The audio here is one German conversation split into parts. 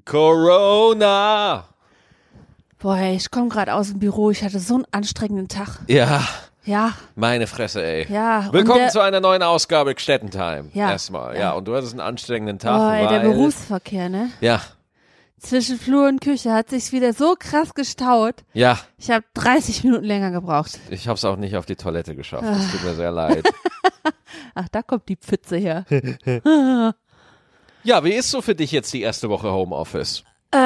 Corona. Boah, ey, ich komme gerade aus dem Büro. Ich hatte so einen anstrengenden Tag. Ja. Ja. Meine Fresse, ey. Ja. Willkommen zu einer neuen Ausgabe Gstettentime. Ja. Erstmal. Ja, und du hattest einen anstrengenden Tag. Boah, ey, weil, der Berufsverkehr, ne? Ja. Zwischen Flur und Küche hat sich wieder so krass gestaut. Ja. Ich habe 30 Minuten länger gebraucht. Ich hab's auch nicht auf die Toilette geschafft. Es tut mir sehr leid. Ach, da kommt die Pfütze her. Ja, wie ist so für dich jetzt die erste Woche Homeoffice?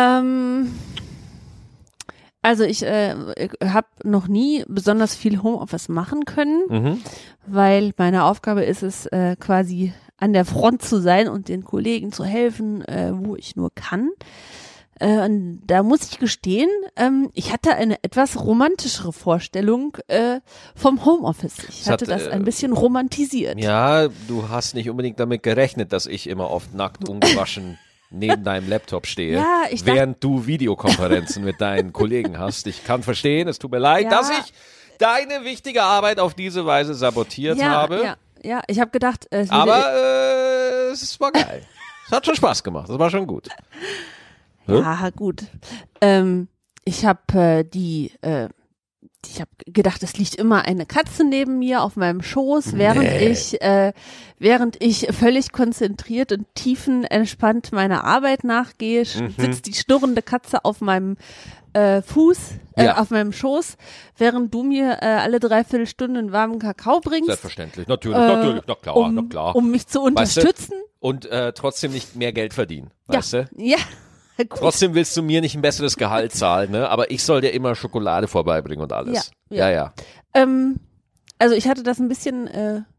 Also ich habe noch nie besonders viel Homeoffice machen können, weil meine Aufgabe ist es, quasi an der Front zu sein und den Kollegen zu helfen, wo ich nur kann. Und da muss ich gestehen, ich hatte eine etwas romantischere Vorstellung vom Homeoffice. Ich hatte das ein bisschen romantisiert. Ja, du hast nicht unbedingt damit gerechnet, dass ich immer oft nackt ungewaschen neben deinem Laptop stehe, Ja, während du Videokonferenzen mit deinen Kollegen hast. Ich kann verstehen, es tut mir leid, Ja. dass ich deine wichtige Arbeit auf diese Weise sabotiert habe. Ja, ich habe gedacht, es würde Aber es war geil. Es hat schon Spaß gemacht, das war schon gut. Ja, gut. Ich habe ich habe gedacht, es liegt immer eine Katze neben mir auf meinem Schoß, während ich völlig konzentriert und tiefenentspannt meiner Arbeit nachgehe, sitzt die schnurrende Katze auf meinem Fuß, auf meinem Schoß, während du mir alle 3/4 Stunde einen warmen Kakao bringst. Selbstverständlich, natürlich, na klar, na klar. Um mich zu unterstützen. Und trotzdem nicht mehr Geld verdienen, weißt du? Ja. Gut. Trotzdem willst du mir nicht ein besseres Gehalt zahlen, ne? Aber ich soll dir immer Schokolade vorbeibringen und alles. Ja. Also ich hatte das ein bisschen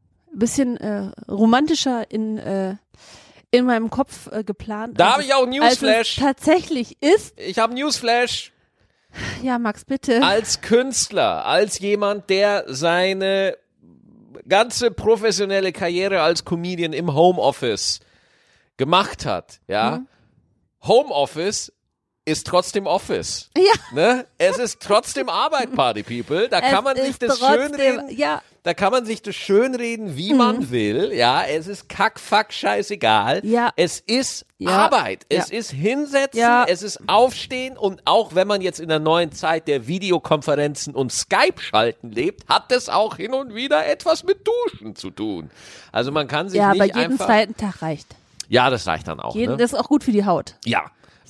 romantischer in meinem Kopf geplant. Da habe ich auch einen Newsflash. Als es tatsächlich ist. Ich habe einen Newsflash. Ja, Max, bitte. Als Künstler, als jemand, der seine ganze professionelle Karriere als Comedian im Homeoffice gemacht hat, ja. Homeoffice ist trotzdem Office. Ja. Ne? Es ist trotzdem Arbeit, Party People. Da kann man sich das schönreden. Ja. Da kann man sich das schönreden, wie man will. Ja, es ist fuck, scheißegal. Ja. Es ist Arbeit. Es ist hinsetzen, es ist aufstehen und auch wenn man jetzt in der neuen Zeit der Videokonferenzen und Skype-Schalten lebt, hat es auch hin und wieder etwas mit Duschen zu tun. Also man kann sich Ja, nicht aber jeden einfach... zweiten Tag reicht. Ja, das reicht dann auch. Ne? Das ist auch gut für die Haut. Ja.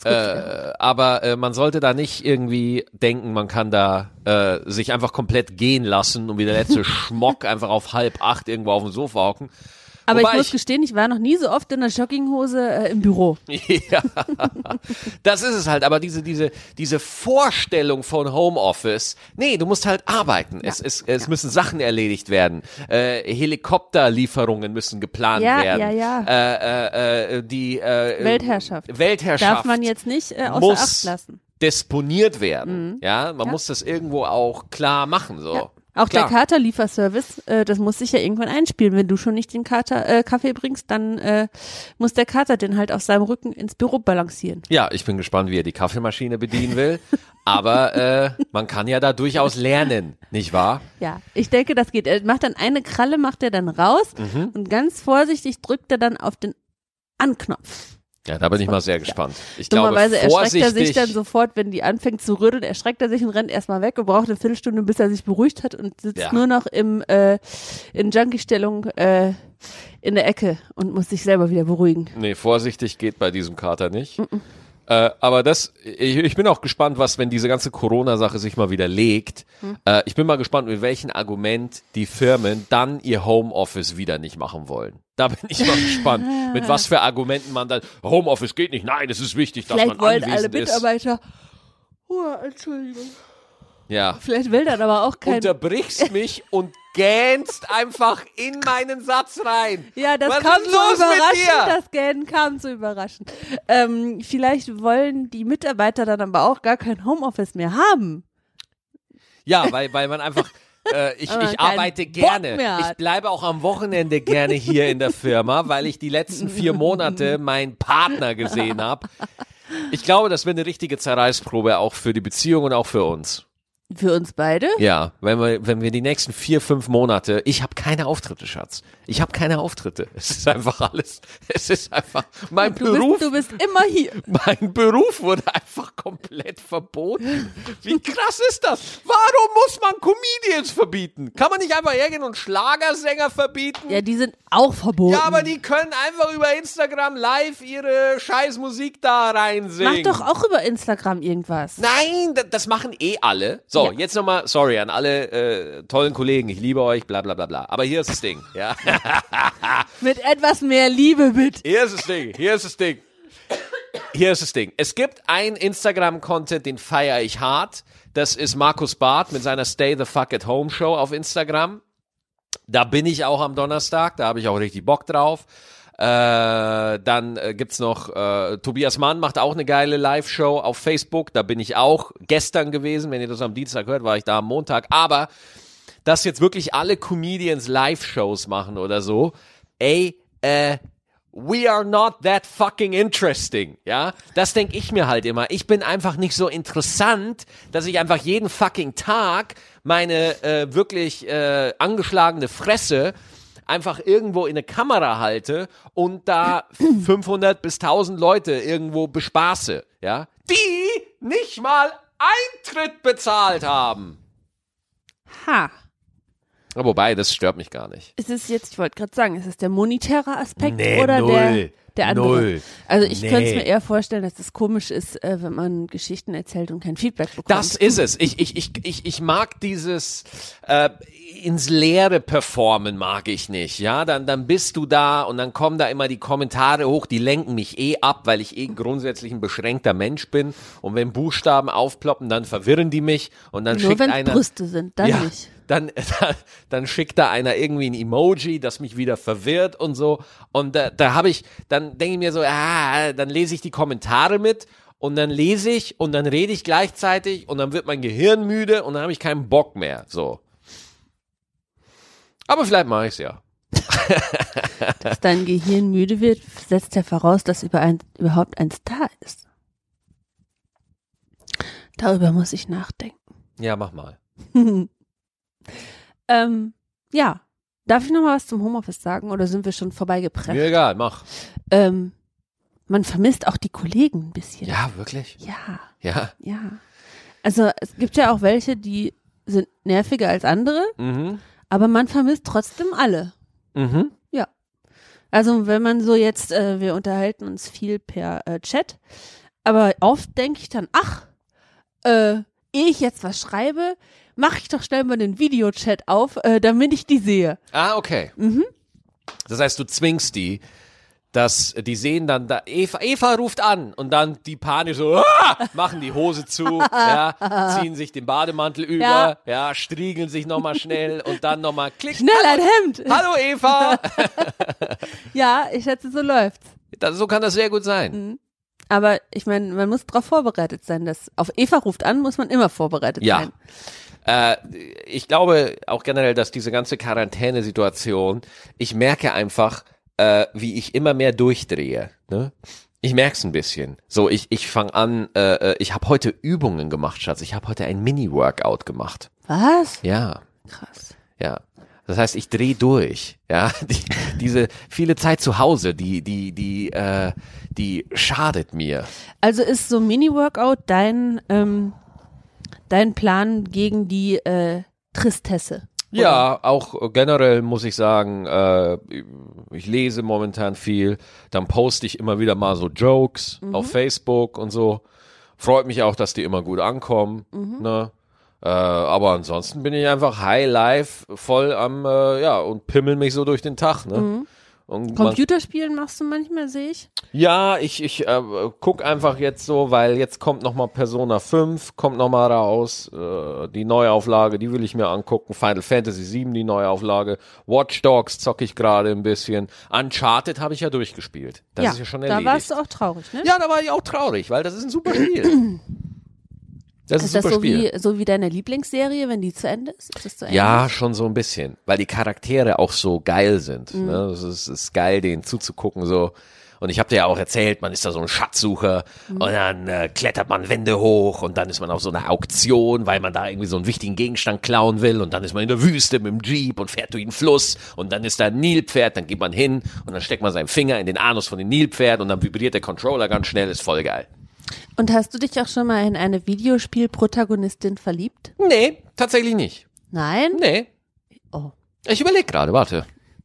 Aber man sollte da nicht irgendwie denken, man kann da sich einfach komplett gehen lassen und wie der letzte Schmock einfach auf 7:30 irgendwo auf dem Sofa hocken. Aber Wobei ich muss gestehen, ich war noch nie so oft in der Jogginghose im Büro. Ja, das ist es halt. Aber diese Vorstellung von Homeoffice, nee, du musst halt arbeiten. Ja. Es müssen Sachen erledigt werden. Helikopterlieferungen müssen geplant werden. Die Weltherrschaft. Darf man jetzt nicht außer Acht lassen. Disponiert werden. Ja, man muss das irgendwo auch klar machen. So. Ja. Auch klar. der Kater-Lieferservice, das muss sich ja irgendwann einspielen. Wenn du schon nicht den Kaffee bringst, dann muss der Kater den halt auf seinem Rücken ins Büro balancieren. Ja, ich bin gespannt, wie er die Kaffeemaschine bedienen will. Aber man kann ja da durchaus lernen, nicht wahr? Ja, ich denke, das geht. Er macht dann eine Kralle, macht er dann raus und ganz vorsichtig drückt er dann auf den Anknopf. Ja, da bin ich mal sehr gespannt. Ich Dummerweise glaube, erschreckt er sich dann sofort, wenn die anfängt zu rütteln, erschreckt er sich und rennt erstmal weg und braucht eine Viertelstunde, bis er sich beruhigt hat und sitzt nur noch in Junkie-Stellung in der Ecke und muss sich selber wieder beruhigen. Nee, vorsichtig geht bei diesem Kater nicht. Aber ich bin auch gespannt, wenn diese ganze Corona-Sache sich mal wieder legt. Ich bin mal gespannt, mit welchem Argument die Firmen dann ihr Homeoffice wieder nicht machen wollen. Da bin ich mal gespannt, mit was für Argumenten man dann, Homeoffice geht nicht, nein, es ist wichtig, dass Vielleicht man anwesend wollen alle ist. Mitarbeiter, Entschuldigung. Ja. Vielleicht will dann aber auch kein... Unterbrichst mich und gähnst einfach in meinen Satz rein. Ja, das Was kam ist so los mit überraschend, dir? das Gähnen kam so überraschend. Vielleicht wollen die Mitarbeiter dann aber auch gar kein Homeoffice mehr haben. Ja, weil man einfach, ich arbeite Bock gerne. mehr hat. Ich bleibe auch am Wochenende gerne hier in der Firma, weil ich die letzten 4 Monate meinen Partner gesehen habe. Ich glaube, das wäre eine richtige Zerreißprobe auch für die Beziehung und auch für uns. Für uns beide? Ja, wenn wir die nächsten 4-5 Monate, ich habe keine Auftritte, Schatz. Ich habe keine Auftritte. Es ist einfach alles, es ist einfach mein Beruf. Du bist immer hier. Mein Beruf wurde einfach komplett verboten. Wie krass ist das? Warum muss man Comedians verbieten? Kann man nicht einfach hergehen und Schlagersänger verbieten? Ja, die sind auch verboten. Ja, aber die können einfach über Instagram live ihre scheiß Musik da reinsingen. Mach doch auch über Instagram irgendwas. Nein, das machen alle. So, Ja. Jetzt nochmal, sorry an alle tollen Kollegen, ich liebe euch, bla bla bla bla. Aber hier ist das Ding, ja. Mit etwas mehr Liebe, bitte. Hier ist das Ding. Es gibt einen Instagram-Content, den feiere ich hart. Das ist Markus Barth mit seiner Stay the Fuck at Home Show auf Instagram. Da bin ich auch am Donnerstag, da habe ich auch richtig Bock drauf. Dann gibt's noch Tobias Mann macht auch eine geile Live-Show auf Facebook. Da bin ich auch gestern gewesen. Wenn ihr das am Dienstag hört, war ich da am Montag. Aber dass jetzt wirklich alle Comedians Live-Shows machen oder so, we are not that fucking interesting, ja? Das denke ich mir halt immer. Ich bin einfach nicht so interessant, dass ich einfach jeden fucking Tag meine wirklich angeschlagene Fresse einfach irgendwo in eine Kamera halte und da 500 bis 1000 Leute irgendwo bespaße, ja? Die nicht mal Eintritt bezahlt haben. Ha. Wobei, das stört mich gar nicht. Ist es jetzt, ich wollte gerade sagen, ist es der monetäre Aspekt Nee, oder null. der andere? Null. Also ich könnte es Nee. mir eher vorstellen, dass es komisch ist, wenn man Geschichten erzählt und kein Feedback bekommt. Das ist es. Ich mag dieses ins Leere performen mag ich nicht, ja, dann bist du da und dann kommen da immer die Kommentare hoch, die lenken mich ab, weil ich grundsätzlich ein beschränkter Mensch bin und wenn Buchstaben aufploppen, dann verwirren die mich und dann Nur schickt wenn einer Brüste sind, dann ja, nicht. Dann schickt da einer irgendwie ein Emoji, das mich wieder verwirrt und so und dann denke ich mir so, dann lese ich die Kommentare mit und dann lese ich und dann rede ich gleichzeitig und dann wird mein Gehirn müde und dann habe ich keinen Bock mehr, so. Aber vielleicht mache ich es ja. Dass dein Gehirn müde wird, setzt ja voraus, dass überhaupt eins da ist. Darüber muss ich nachdenken. Ja, mach mal. Ja. Darf ich noch mal was zum Homeoffice sagen oder sind wir schon vorbeigeprescht? Mir egal, mach. Man vermisst auch die Kollegen ein bisschen. Ja, wirklich? Ja. Ja. Ja. Also es gibt ja auch welche, die sind nerviger als andere, aber man vermisst trotzdem alle. Mhm. Ja. Also wenn man so jetzt, wir unterhalten uns viel per Chat, aber oft denke ich dann, ehe ich jetzt was schreibe, mache ich doch schnell mal den Videochat auf, damit ich die sehe. Ah, okay. Das heißt, du zwingst die, dass die sehen dann, da Eva ruft an und dann die Panik so, machen die Hose zu, ja, ziehen sich den Bademantel über, ja, striegeln sich nochmal schnell und dann nochmal klick. Schnell ein Hemd. Hallo Eva. Ja, ich schätze, so läuft's. So kann das sehr gut sein. Aber ich meine, man muss darauf vorbereitet sein. Dass auf Eva ruft an, muss man immer vorbereitet sein. Ich glaube auch generell, dass diese ganze Quarantänesituation, ich merke einfach, wie ich immer mehr durchdrehe. Ne? Ich merk's ein bisschen. So, ich fange an, ich habe heute Übungen gemacht, Schatz. Ich habe heute ein Mini-Workout gemacht. Was? Ja, Krass. ja. Das heißt, ich drehe durch. Ja, diese viele Zeit zu Hause, die schadet mir. Also ist so Mini-Workout dein Plan gegen die Tristesse? Oder? Ja, auch generell muss ich sagen, ich lese momentan viel, dann poste ich immer wieder mal so Jokes auf Facebook und so. Freut mich auch, dass die immer gut ankommen, ne? Aber ansonsten bin ich einfach high life, voll am, und pimmel mich so durch den Tag, ne? Und Computerspielen machst du manchmal, sehe ich? ja, ich guck einfach jetzt so, weil jetzt kommt nochmal Persona 5, kommt nochmal raus, die Neuauflage, die will ich mir angucken, Final Fantasy 7, die Neuauflage, Watch Dogs zocke ich gerade ein bisschen, Uncharted habe ich ja durchgespielt, das ist ja schon erledigt. Da warst du auch traurig, ne? Ja, da war ich auch traurig, weil das ist ein super Spiel. Das ist Ist das ein super Spiel. so wie deine Lieblingsserie, wenn die zu Ende ist? Ist das zu Ende? Ja, schon so ein bisschen, weil die Charaktere auch so geil sind. Ne? Es ist geil, denen zuzugucken so. Und ich habe dir ja auch erzählt, man ist da so ein Schatzsucher und dann klettert man Wände hoch und dann ist man auf so einer Auktion, weil man da irgendwie so einen wichtigen Gegenstand klauen will und dann ist man in der Wüste mit dem Jeep und fährt durch den Fluss und dann ist da ein Nilpferd, dann geht man hin und dann steckt man seinen Finger in den Anus von dem Nilpferd und dann vibriert der Controller ganz schnell, ist voll geil. Und hast du dich auch schon mal in eine Videospielprotagonistin verliebt? Nee, tatsächlich nicht. Nein? Nee. Oh. Ich überlege gerade, warte.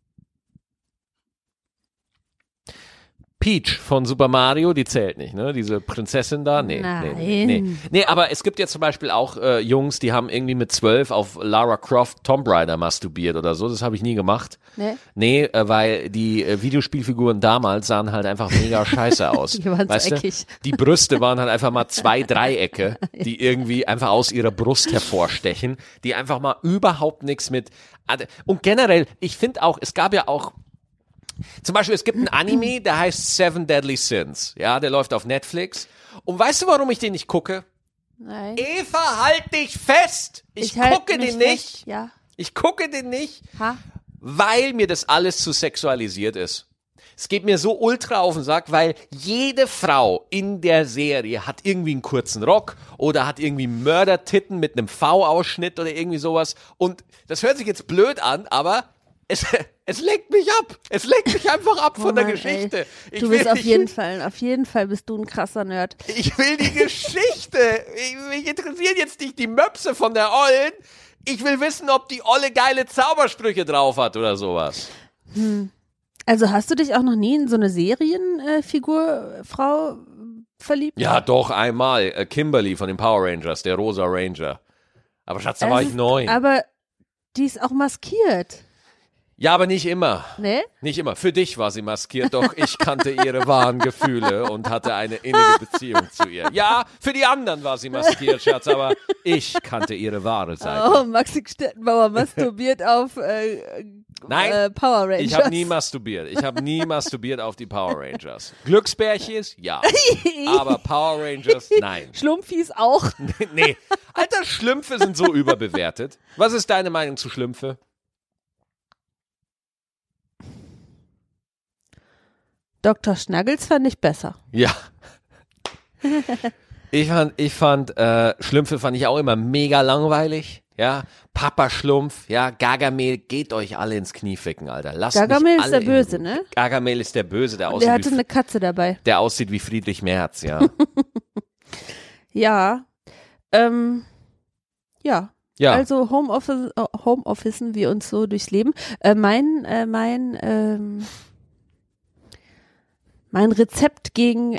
Peach von Super Mario, die zählt nicht, ne? Diese Prinzessin da, nee. Nee, aber es gibt ja zum Beispiel auch Jungs, die haben irgendwie mit 12 auf Lara Croft Tomb Raider masturbiert oder so. Das habe ich nie gemacht. Nee, weil die Videospielfiguren damals sahen halt einfach mega scheiße aus. Die waren so eckig. Die Brüste waren halt einfach mal 2 Dreiecke, die irgendwie einfach aus ihrer Brust hervorstechen, die einfach mal überhaupt nichts mit. Und generell, ich finde auch, es gab ja auch zum Beispiel, es gibt einen Anime, der heißt Seven Deadly Sins. Ja, der läuft auf Netflix. Und weißt du, warum ich den nicht gucke? Nein. Eva, halt dich fest! Ich gucke den nicht. Ja. Ich gucke den nicht, Ha? weil mir das alles zu sexualisiert ist. Es geht mir so ultra auf den Sack, weil jede Frau in der Serie hat irgendwie einen kurzen Rock oder hat irgendwie Mördertitten mit einem V-Ausschnitt oder irgendwie sowas. Und das hört sich jetzt blöd an, aber es lenkt mich ab. Es lenkt mich einfach ab von der Geschichte. Du bist auf jeden Fall bist du ein krasser Nerd. Ich will die Geschichte. Mich interessieren jetzt nicht die Möpse von der Ollen. Ich will wissen, ob die Olle geile Zaubersprüche drauf hat oder sowas. Also hast du dich auch noch nie in so eine Serienfigurfrau verliebt? Ja, doch, einmal. Kimberly von den Power Rangers, der rosa Ranger. Aber Schatz, da war ich 9. Aber die ist auch maskiert. Ja, aber nicht immer. Ne? Nicht immer. Für dich war sie maskiert, doch ich kannte ihre wahren Gefühle und hatte eine innige Beziehung zu ihr. Ja, für die anderen war sie maskiert, Schatz, aber ich kannte ihre wahre Seite. Oh, Maxi Stettenbauer masturbiert auf Nein, Power Rangers. ich habe nie masturbiert. Ich habe nie masturbiert auf die Power Rangers. Glücksbärchis? Ja. Aber Power Rangers? Nein. Schlumpfis auch? Nee. Alter, Schlümpfe sind so überbewertet. Was ist deine Meinung zu Schlümpfe? Dr. Schnuggles fand ich besser. Ja. Ich fand Schlümpfe fand ich auch immer mega langweilig. Ja, Papa Schlumpf, ja, Gargamel, geht euch alle ins Knie ficken, Alter. Lasst Gargamel mich alle ist der Böse, ne? Gargamel ist der Böse, der Und der hatte eine Katze dabei. Der aussieht wie Friedrich Merz, ja. Ja. Ja. Ja. Also Homeofficen wir uns so durchs Leben. Mein Rezept gegen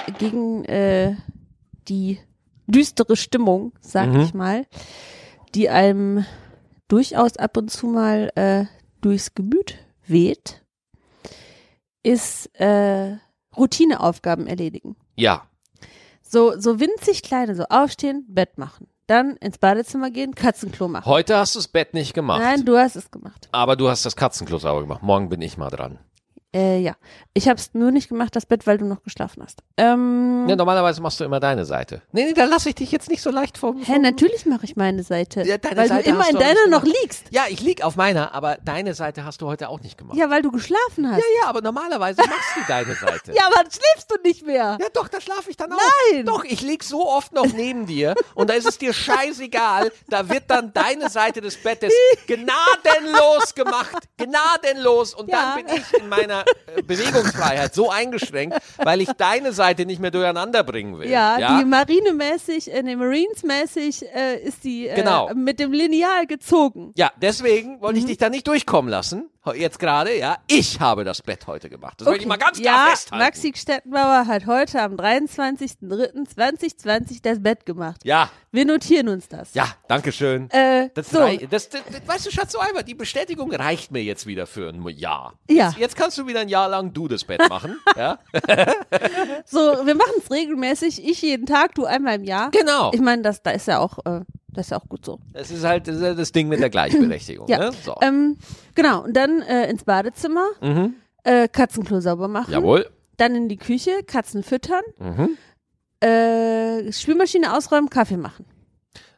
die düstere Stimmung, sag ich mal, die einem durchaus ab und zu mal durchs Gemüt weht, ist Routineaufgaben erledigen. Ja. So winzig kleine, so aufstehen, Bett machen. Dann ins Badezimmer gehen, Katzenklo machen. Heute hast du das Bett nicht gemacht. Nein, du hast es gemacht. Aber du hast das Katzenklo sauber gemacht. Morgen bin ich mal dran. Ja. Ich habe es nur nicht gemacht, das Bett, weil du noch geschlafen hast. Ja, normalerweise machst du immer deine Seite. Nee, da lasse ich dich jetzt nicht so leicht vom... Natürlich mache ich meine Seite. Ja, deine weil Seite du immer in deiner noch liegst. Ja, ich lieg auf meiner, aber deine Seite hast du heute auch nicht gemacht. Ja, weil du geschlafen hast. Ja, aber normalerweise machst du deine Seite. Ja, aber dann schläfst du nicht mehr. Ja, doch, da schlafe ich dann auch. Nein. Doch, ich lieg so oft noch neben dir und da ist es dir scheißegal. Da wird dann deine Seite des Bettes gnadenlos gemacht. Gnadenlos. Und dann bin ich in meiner Bewegungsfreiheit so eingeschränkt, weil ich deine Seite nicht mehr durcheinander bringen will. Ja, die Marines-mäßig ist die genau. Mit dem Lineal gezogen. Ja, deswegen wollte ich dich da nicht durchkommen lassen. Jetzt gerade, ja. Ich habe das Bett heute gemacht. Das will ich mal ganz klar festhalten. Maxi Stettenbauer hat heute am 23.03.2020 das Bett gemacht. Ja. Wir notieren uns das. Ja, danke schön. So. Weißt du, Schatz, so einfach, die Bestätigung reicht mir jetzt wieder für ein Jahr. Ja. Jetzt kannst du wieder ein Jahr lang du das Bett machen. Ja. So, wir machen es regelmäßig. Ich jeden Tag, du einmal im Jahr. Genau. Ich meine, das ist ja auch gut so. Das ist halt das Ding mit der Gleichberechtigung. Ja. Ne? So. Genau, und dann ins Badezimmer, Katzenklo sauber machen. Jawohl. Dann in die Küche, Katzen füttern, Spülmaschine ausräumen, Kaffee machen.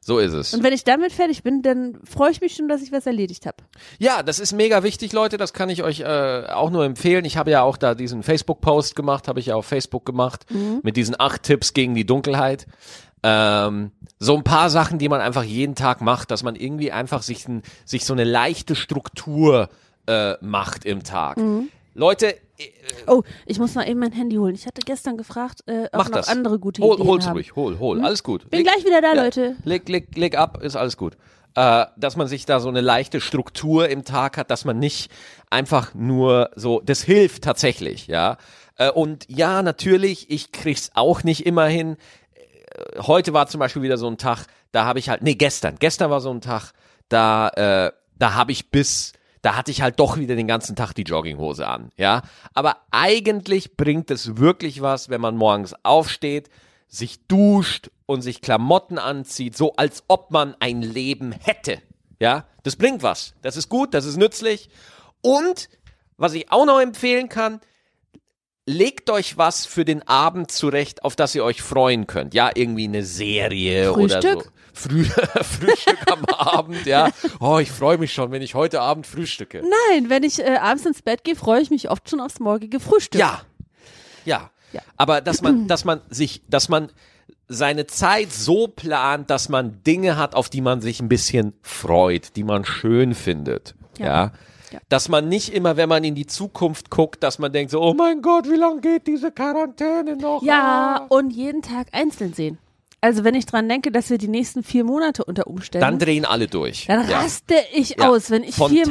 So ist es. Und wenn ich damit fertig bin, dann freue ich mich schon, dass ich was erledigt habe. Ja, das ist mega wichtig, Leute. Das kann ich euch auch nur empfehlen. Ich habe ja auch da diesen Facebook-Post gemacht, habe ich ja auf Facebook gemacht, mit diesen 8 Tipps gegen die Dunkelheit. So ein paar Sachen, die man einfach jeden Tag macht, dass man irgendwie einfach sich so eine leichte Struktur macht im Tag. Leute, Oh, ich muss mal eben mein Handy holen. Ich hatte gestern gefragt, ob noch andere gute Ideen hol's haben. ruhig, hol, alles gut. Bin gleich wieder da, Leute. Leg ab, ist alles gut. Dass man sich da so eine leichte Struktur im Tag hat, dass man nicht einfach nur so, das hilft tatsächlich, ja. Und ja, natürlich, ich krieg's auch nicht immer hin. Heute war zum Beispiel wieder so ein Tag, da habe ich halt, gestern war so ein Tag, da hatte ich halt doch wieder den ganzen Tag die Jogginghose an, ja. Aber eigentlich bringt es wirklich was, wenn man morgens aufsteht, sich duscht und sich Klamotten anzieht, so als ob man ein Leben hätte, ja. Das bringt was. Das ist gut, das ist nützlich. Und, was ich auch noch empfehlen kann, legt euch was für den Abend zurecht, auf das ihr euch freuen könnt. Ja, irgendwie eine Serie Frühstück? oder so. Frühstück am Abend, ja. Oh, ich freue mich schon, wenn ich heute Abend frühstücke. Nein, wenn ich abends ins Bett gehe, freue ich mich oft schon aufs morgige Frühstück. Ja. Aber dass man seine Zeit so plant, dass man Dinge hat, auf die man sich ein bisschen freut, die man schön findet. Ja. Dass man nicht immer, wenn man in die Zukunft guckt, dass man denkt so, oh mein Gott, wie lange geht diese Quarantäne noch? Ja, und jeden Tag einzeln sehen. Also wenn ich dran denke, dass wir die nächsten 4 Monate unter Umständen. Dann drehen alle durch. Dann raste ich aus, wenn ich von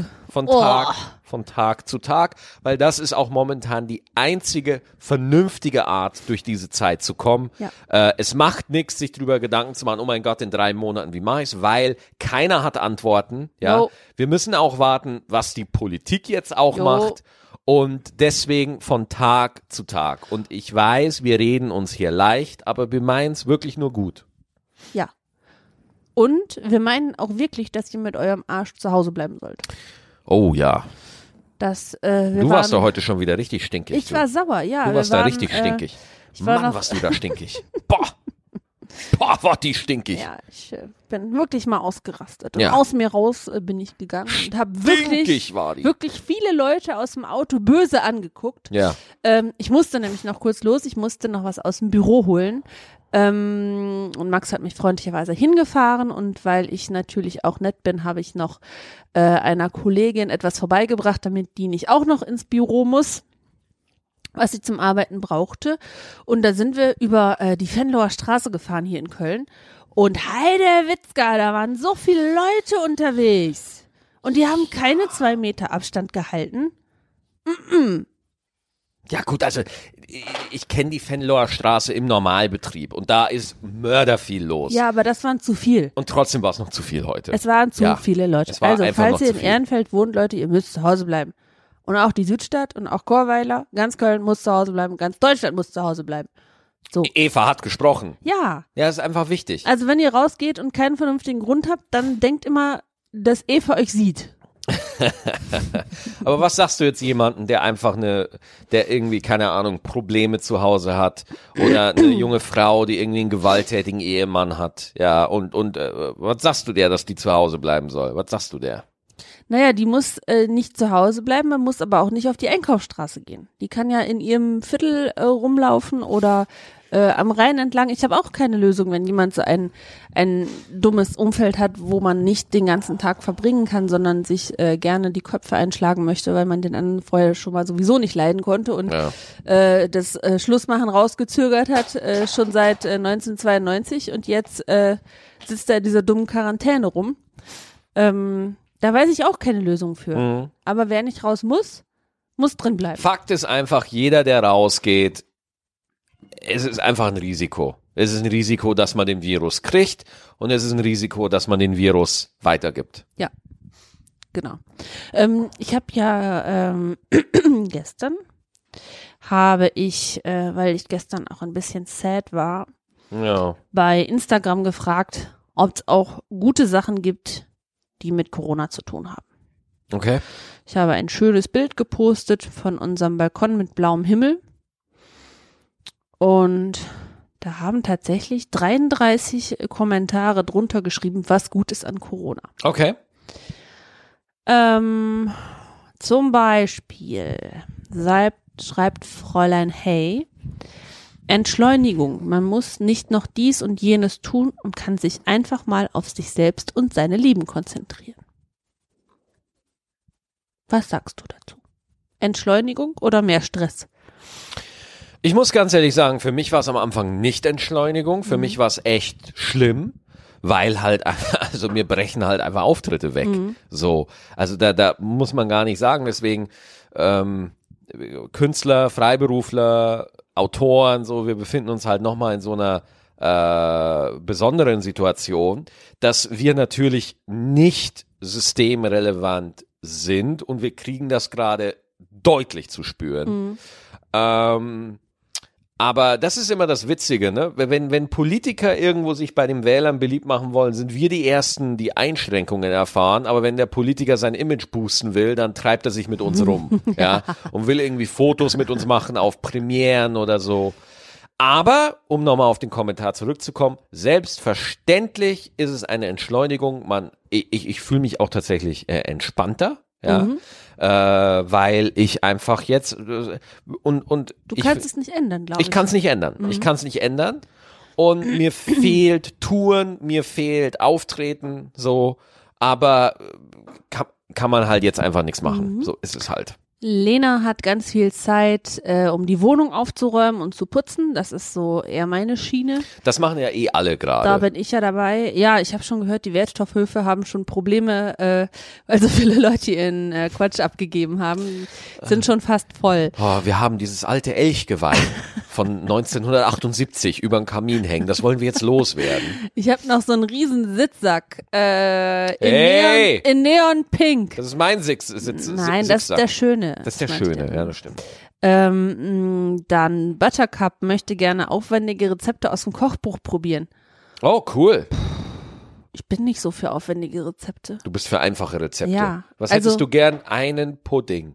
Tag zu Tag, weil das ist auch momentan die einzige vernünftige Art, durch diese Zeit zu kommen. Ja. Es macht nichts, sich darüber Gedanken zu machen, oh mein Gott, in 3 Monaten, wie mache ich's? Weil keiner hat Antworten. Ja, Jo. Wir müssen auch warten, was die Politik jetzt auch macht. Und deswegen von Tag zu Tag. Und ich weiß, wir reden uns hier leicht, aber wir meinen es wirklich nur gut. Ja. Und wir meinen auch wirklich, dass ihr mit eurem Arsch zu Hause bleiben sollt. Oh ja. Du warst doch heute schon wieder richtig stinkig. Ich war sauer, ja. Du warst da richtig stinkig. Mann, warst du da stinkig. Boah, war die stinkig. Ja, ich bin wirklich mal ausgerastet. Und Ja. aus mir raus bin ich gegangen und habe wirklich viele Leute aus dem Auto böse angeguckt. Ja. Ich musste nämlich noch kurz los. Ich musste noch was aus dem Büro holen. Und Max hat mich freundlicherweise hingefahren und weil ich natürlich auch nett bin, habe ich noch einer Kollegin etwas vorbeigebracht, damit die nicht auch noch ins Büro muss, was sie zum Arbeiten brauchte. Und da sind wir über die Venloer Straße gefahren hier in Köln. Und Heide Witzka, da waren so viele Leute unterwegs. Und die haben keine 2 Meter Abstand gehalten. Ja gut, also ich kenne die Venloer Straße im Normalbetrieb und da ist mörderviel los. Ja, aber das waren zu viel. Und trotzdem war es noch zu viel heute. Es waren zu viele Leute. Es war Also, einfach falls noch ihr zu in viel. Ehrenfeld wohnt, Leute, ihr müsst zu Hause bleiben. Und auch die Südstadt und auch Chorweiler, ganz Köln muss zu Hause bleiben, ganz Deutschland muss zu Hause bleiben. So. Eva hat gesprochen. Ja. Ja, das ist einfach wichtig. Also, wenn ihr rausgeht und keinen vernünftigen Grund habt, dann denkt immer, dass Eva euch sieht. Aber was sagst du jetzt jemanden, der einfach der irgendwie, keine Ahnung, Probleme zu Hause hat oder eine junge Frau, die irgendwie einen gewalttätigen Ehemann hat, ja, und was sagst du der, dass die zu Hause bleiben soll? Was sagst du der? Naja, die muss nicht zu Hause bleiben, man muss aber auch nicht auf die Einkaufsstraße gehen. Die kann ja in ihrem Viertel rumlaufen oder am Rhein entlang. Ich habe auch keine Lösung, wenn jemand so ein dummes Umfeld hat, wo man nicht den ganzen Tag verbringen kann, sondern sich gerne die Köpfe einschlagen möchte, weil man den anderen vorher schon mal sowieso nicht leiden konnte und das Schlussmachen rausgezögert hat, schon seit 1992 und jetzt sitzt er in dieser dummen Quarantäne rum. Da weiß ich auch keine Lösung für. Mhm. Aber wer nicht raus muss drin bleiben. Fakt ist einfach, jeder, der rausgeht, es ist einfach ein Risiko. Es ist ein Risiko, dass man den Virus kriegt und es ist ein Risiko, dass man den Virus weitergibt. Ja, genau. Ich habe ja gestern weil ich gestern auch ein bisschen sad war, bei Instagram gefragt, ob es auch gute Sachen gibt, die mit Corona zu tun haben. Okay. Ich habe ein schönes Bild gepostet von unserem Balkon mit blauem Himmel und Da haben tatsächlich 33 Kommentare drunter geschrieben, was gut ist an Corona. Okay. Zum Beispiel schreibt Fräulein Hey, Entschleunigung. Man muss nicht noch dies und jenes tun und kann sich einfach mal auf sich selbst und seine Lieben konzentrieren. Was sagst du dazu? Entschleunigung oder mehr Stress? Ich muss ganz ehrlich sagen, für mich war es am Anfang nicht Entschleunigung, für mich war es echt schlimm, weil halt, also mir brechen halt einfach Auftritte weg. So, also da muss man gar nicht sagen, deswegen Künstler, Freiberufler, Autoren, so, wir befinden uns halt nochmal in so einer besonderen Situation, dass wir natürlich nicht systemrelevant sind und wir kriegen das gerade deutlich zu spüren. Aber das ist immer das Witzige, ne? Wenn Politiker irgendwo sich bei den Wählern beliebt machen wollen, sind wir die Ersten, die Einschränkungen erfahren. Aber wenn der Politiker sein Image boosten will, dann treibt er sich mit uns rum, ja, und will irgendwie Fotos mit uns machen auf Premieren oder so. Aber, um nochmal auf den Kommentar zurückzukommen, selbstverständlich ist es eine Entschleunigung. Ich fühle mich auch tatsächlich entspannter. Ja, weil ich einfach jetzt und du kannst es nicht ändern, glaube ich. Ich kann es nicht ändern. Ich kann es nicht ändern. Und mir fehlt Touren, mir fehlt Auftreten, so. Aber kann man halt jetzt einfach nichts machen. So ist es halt. Lena hat ganz viel Zeit, um die Wohnung aufzuräumen und zu putzen. Das ist so eher meine Schiene. Das machen ja eh alle gerade. Da bin ich ja dabei. Ja, ich habe schon gehört, die Wertstoffhöfe haben schon Probleme, weil so viele Leute ihren Quatsch abgegeben haben. Sind schon fast voll. Oh, wir haben dieses alte Elchgeweih von 1978 über den Kamin hängen. Das wollen wir jetzt loswerden. Ich habe noch so einen riesen Sitzsack in Neon Pink. Das ist mein Sitz. Nein, das ist der schöne. Das ist der schöne, ja, das stimmt. Dann Buttercup möchte gerne aufwendige Rezepte aus dem Kochbuch probieren. Oh, cool. Ich bin nicht so für aufwendige Rezepte. Du bist für einfache Rezepte. Ja. Was hättest du gern? Einen Pudding.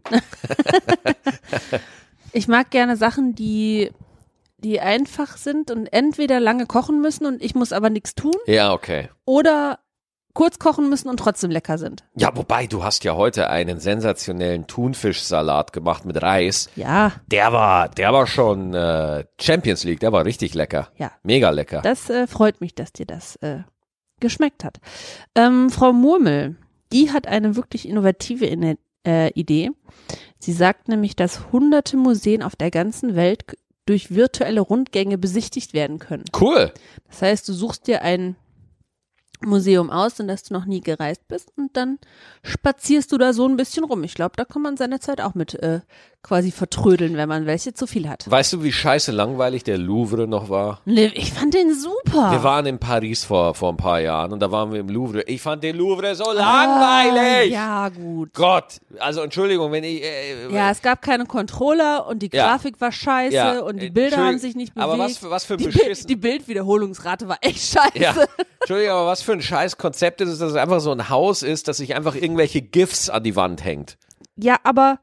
Ich mag gerne Sachen, die einfach sind und entweder lange kochen müssen und ich muss aber nichts tun. Ja, okay. Oder kurz kochen müssen und trotzdem lecker sind. Ja, wobei, du hast ja heute einen sensationellen Thunfischsalat gemacht mit Reis. Ja. Der war schon Champions League, der war richtig lecker. Ja. Mega lecker. Das freut mich, dass dir das geschmeckt hat. Frau Murmel, die hat eine wirklich innovative Idee. Sie sagt nämlich, dass hunderte Museen auf der ganzen Welt durch virtuelle Rundgänge besichtigt werden können. Cool. Das heißt, du suchst dir ein Museum aus, in das du noch nie gereist bist und dann spazierst du da so ein bisschen rum. Ich glaube, da kann man seine Zeit auch mit quasi vertrödeln, wenn man welche zu viel hat. Weißt du, wie scheiße langweilig der Louvre noch war? Nee, ich fand den super. Wir waren in Paris vor ein paar Jahren und da waren wir im Louvre. Ich fand den Louvre so langweilig. Ja, gut. Gott, also Entschuldigung, wenn ich... ja, es gab keine Controller und die Grafik war scheiße und die Bilder haben sich nicht bewegt. Aber was für ein beschissen... Die Bildwiederholungsrate war echt scheiße. Ja. Entschuldigung, aber was für ein scheiß Konzept ist es, dass es einfach so ein Haus ist, dass sich einfach irgendwelche GIFs an die Wand hängt. Ja, aber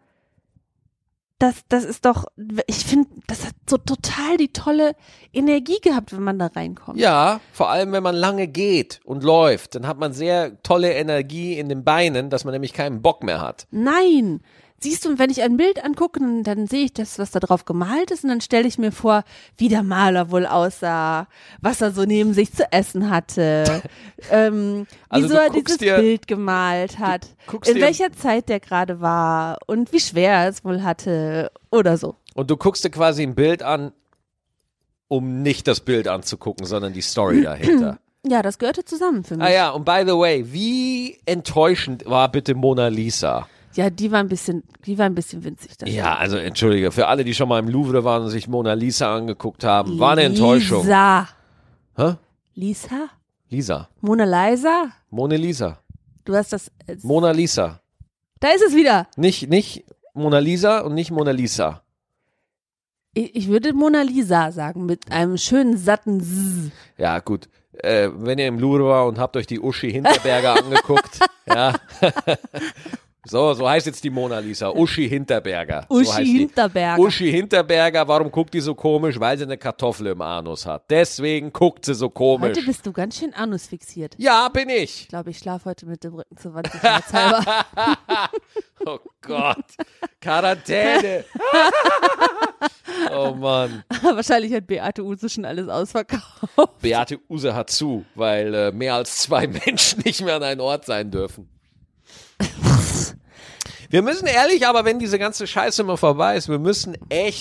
das ist doch, ich finde, das hat so total die tolle Energie gehabt, wenn man da reinkommt. Ja, vor allem, wenn man lange geht und läuft, dann hat man sehr tolle Energie in den Beinen, dass man nämlich keinen Bock mehr hat. Nein. Siehst du, wenn ich ein Bild angucke, dann sehe ich das, was da drauf gemalt ist und dann stelle ich mir vor, wie der Maler wohl aussah, was er so neben sich zu essen hatte, wieso er dieses Bild gemalt hat, in welcher Zeit der gerade war und wie schwer er es wohl hatte oder so. Und du guckst dir quasi ein Bild an, um nicht das Bild anzugucken, sondern die Story dahinter. Ja, das gehörte zusammen für mich. Ah ja, und by the way, wie enttäuschend war bitte Mona Lisa? Ja, die war ein bisschen winzig. Ja, also entschuldige, für alle, die schon mal im Louvre waren und sich Mona Lisa angeguckt haben, war eine Enttäuschung. Lisa. Hä? Lisa? Lisa. Mona Lisa? Mona Lisa. Du hast das... Mona Lisa. Da ist es wieder. Nicht Mona Lisa und nicht Mona Lisa. Ich würde Mona Lisa sagen, mit einem schönen, satten Zzz. Ja, gut. Wenn ihr im Louvre war und habt euch die Uschi Hinterberger angeguckt, ja, So heißt jetzt die Mona Lisa. Uschi Hinterberger. Uschi Hinterberger. Uschi Hinterberger, warum guckt die so komisch? Weil sie eine Kartoffel im Anus hat. Deswegen guckt sie so komisch. Heute bist du ganz schön anusfixiert. Ja, bin ich. Ich glaube, ich schlafe heute mit dem Rücken zur Wand. Halber. Oh Gott. Quarantäne. Oh Mann. Wahrscheinlich hat Beate Use schon alles ausverkauft. Beate Use hat zu, weil mehr als 2 Menschen nicht mehr an einem Ort sein dürfen. Wir müssen ehrlich, aber wenn diese ganze Scheiße mal vorbei ist, wir müssen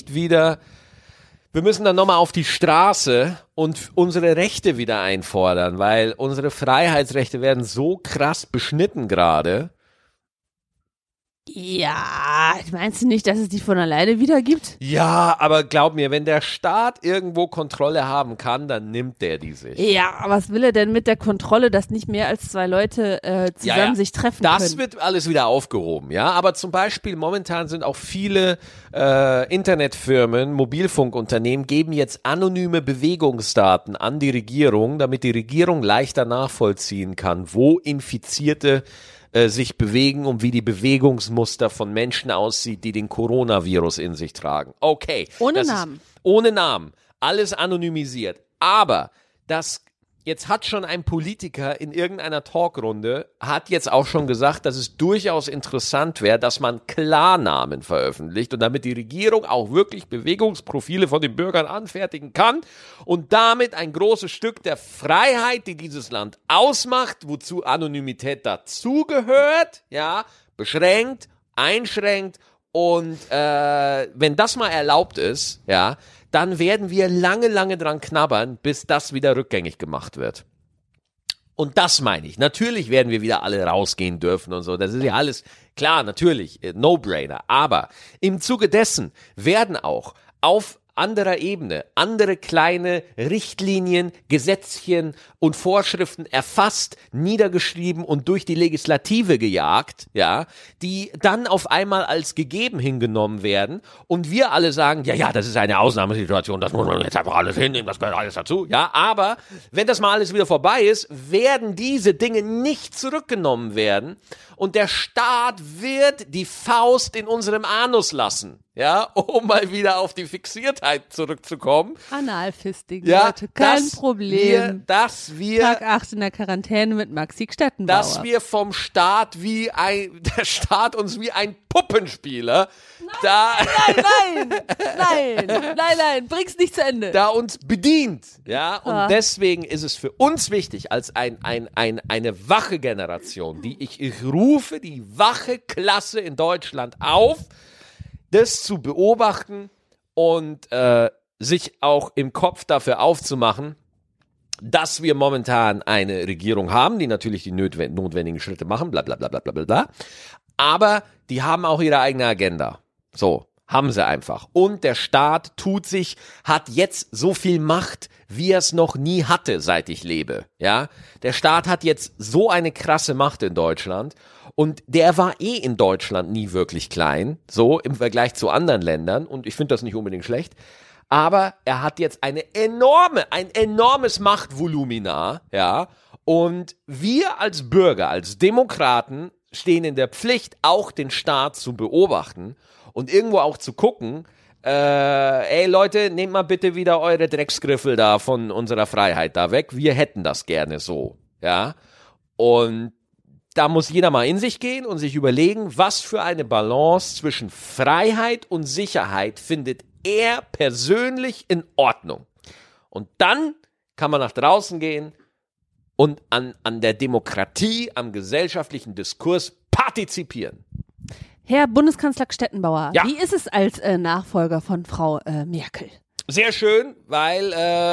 dann nochmal auf die Straße und unsere Rechte wieder einfordern, weil unsere Freiheitsrechte werden so krass beschnitten gerade. Ja, meinst du nicht, dass es die von alleine wieder gibt? Ja, aber glaub mir, wenn der Staat irgendwo Kontrolle haben kann, dann nimmt der die sich. Ja, aber was will er denn mit der Kontrolle, dass nicht mehr als 2 Leute zusammen sich treffen können? Das wird alles wieder aufgehoben, ja. Aber zum Beispiel momentan sind auch viele Internetfirmen, Mobilfunkunternehmen geben jetzt anonyme Bewegungsdaten an die Regierung, damit die Regierung leichter nachvollziehen kann, wo Infizierte sich bewegen und wie die Bewegungsmuster von Menschen aussieht, die den Coronavirus in sich tragen. Okay. Ohne Namen. Ohne Namen. Alles anonymisiert. Aber jetzt hat schon ein Politiker in irgendeiner Talkrunde, hat jetzt auch schon gesagt, dass es durchaus interessant wäre, dass man Klarnamen veröffentlicht und damit die Regierung auch wirklich Bewegungsprofile von den Bürgern anfertigen kann und damit ein großes Stück der Freiheit, die dieses Land ausmacht, wozu Anonymität dazugehört, ja, beschränkt, einschränkt und wenn das mal erlaubt ist, ja, dann werden wir lange, lange dran knabbern, bis das wieder rückgängig gemacht wird. Und das meine ich. Natürlich werden wir wieder alle rausgehen dürfen und so. Das ist ja alles klar, natürlich, No-Brainer. Aber im Zuge dessen werden auch auf anderer Ebene andere kleine Richtlinien, Gesetzchen und Vorschriften erfasst, niedergeschrieben und durch die Legislative gejagt, ja, die dann auf einmal als gegeben hingenommen werden und wir alle sagen, ja, das ist eine Ausnahmesituation, das muss man jetzt einfach alles hinnehmen, das gehört alles dazu, ja, aber wenn das mal alles wieder vorbei ist, werden diese Dinge nicht zurückgenommen werden und der Staat wird die Faust in unserem Anus lassen. Ja, um mal wieder auf die Fixiertheit zurückzukommen. Analfisting, ja, Leute, kein Problem. Dass wir Tag 8 in der Quarantäne mit Maxi Stettenbauer. Dass wir vom Staat der Staat uns wie ein Puppenspieler Nein, bring's nicht zu Ende. Da uns bedient, ja, und deswegen ist es für uns wichtig, als eine wache Generation, ich rufe die wache Klasse in Deutschland auf, das zu beobachten und sich auch im Kopf dafür aufzumachen, dass wir momentan eine Regierung haben, die natürlich die notwendigen Schritte machen, bla bla bla bla bla bla, aber die haben auch ihre eigene Agenda. So, haben sie einfach. Und der Staat hat jetzt so viel Macht, wie er es noch nie hatte, seit ich lebe. Ja, der Staat hat jetzt so eine krasse Macht in Deutschland. Und der war in Deutschland nie wirklich klein, so im Vergleich zu anderen Ländern. Und ich finde das nicht unbedingt schlecht. Aber er hat jetzt ein enormes Machtvolumina, ja. Und wir als Bürger, als Demokraten stehen in der Pflicht, auch den Staat zu beobachten und irgendwo auch zu gucken, ey Leute, nehmt mal bitte wieder eure Drecksgriffel da von unserer Freiheit da weg. Wir hätten das gerne so, ja. Und da muss jeder mal in sich gehen und sich überlegen, was für eine Balance zwischen Freiheit und Sicherheit findet er persönlich in Ordnung. Und dann kann man nach draußen gehen und an der Demokratie, am gesellschaftlichen Diskurs partizipieren. Herr Bundeskanzler Stettenbauer, ja. Wie ist es als Nachfolger von Frau Merkel? Sehr schön, weil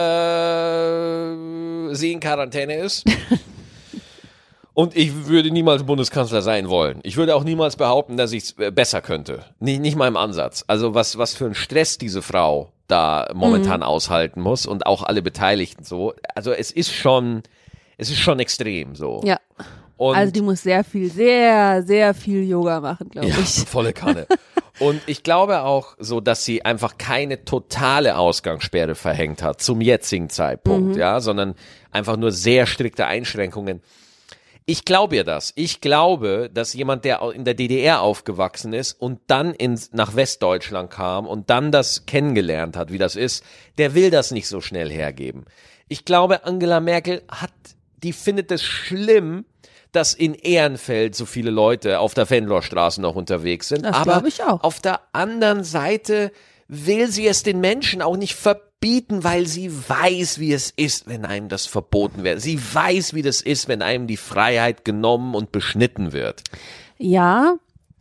sie in Quarantäne ist. Und ich würde niemals Bundeskanzler sein wollen. Ich würde auch niemals behaupten, dass ich es besser könnte. Nicht mal im Ansatz. Also was für ein Stress diese Frau da momentan aushalten muss und auch alle Beteiligten so. Also es ist schon extrem so. Ja. Und also die muss sehr viel Yoga machen, glaube ich. Ja, volle Kanne. Und ich glaube auch so, dass sie einfach keine totale Ausgangssperre verhängt hat zum jetzigen Zeitpunkt, ja, sondern einfach nur sehr strikte Einschränkungen. Ich glaube ja das. Ich glaube, dass jemand, der in der DDR aufgewachsen ist und dann nach Westdeutschland kam und dann das kennengelernt hat, wie das ist, der will das nicht so schnell hergeben. Ich glaube, Angela Merkel die findet es schlimm, dass in Ehrenfeld so viele Leute auf der Venlorstraße noch unterwegs sind. Das aber glaube ich auch. Auf der anderen Seite will sie es den Menschen auch nicht verbieten, weil sie weiß, wie es ist, wenn einem das verboten wird. Sie weiß, wie das ist, wenn einem die Freiheit genommen und beschnitten wird. Ja,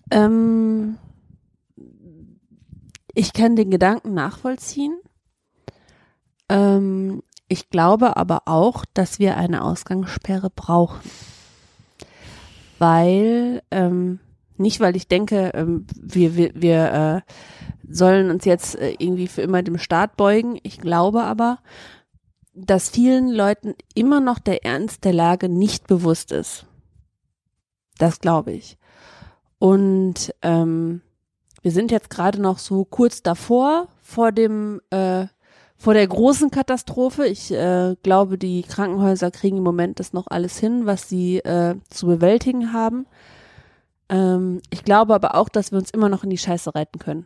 ich kann den Gedanken nachvollziehen. Ich glaube aber auch, dass wir eine Ausgangssperre brauchen. Nicht weil ich denke, wir sollen uns jetzt irgendwie für immer dem Staat beugen. Ich glaube aber, dass vielen Leuten immer noch der Ernst der Lage nicht bewusst ist. Das glaube ich. Und wir sind jetzt gerade noch so kurz davor, vor der großen Katastrophe. Ich glaube, die Krankenhäuser kriegen im Moment das noch alles hin, was sie zu bewältigen haben. Ich glaube aber auch, dass wir uns immer noch in die Scheiße reiten können.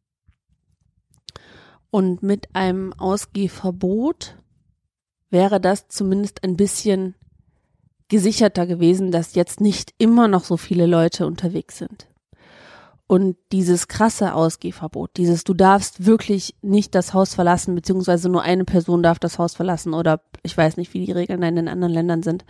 Und mit einem Ausgehverbot wäre das zumindest ein bisschen gesicherter gewesen, dass jetzt nicht immer noch so viele Leute unterwegs sind. Und dieses krasse Ausgehverbot, du darfst wirklich nicht das Haus verlassen, beziehungsweise nur eine Person darf das Haus verlassen oder ich weiß nicht, wie die Regeln in den anderen Ländern sind.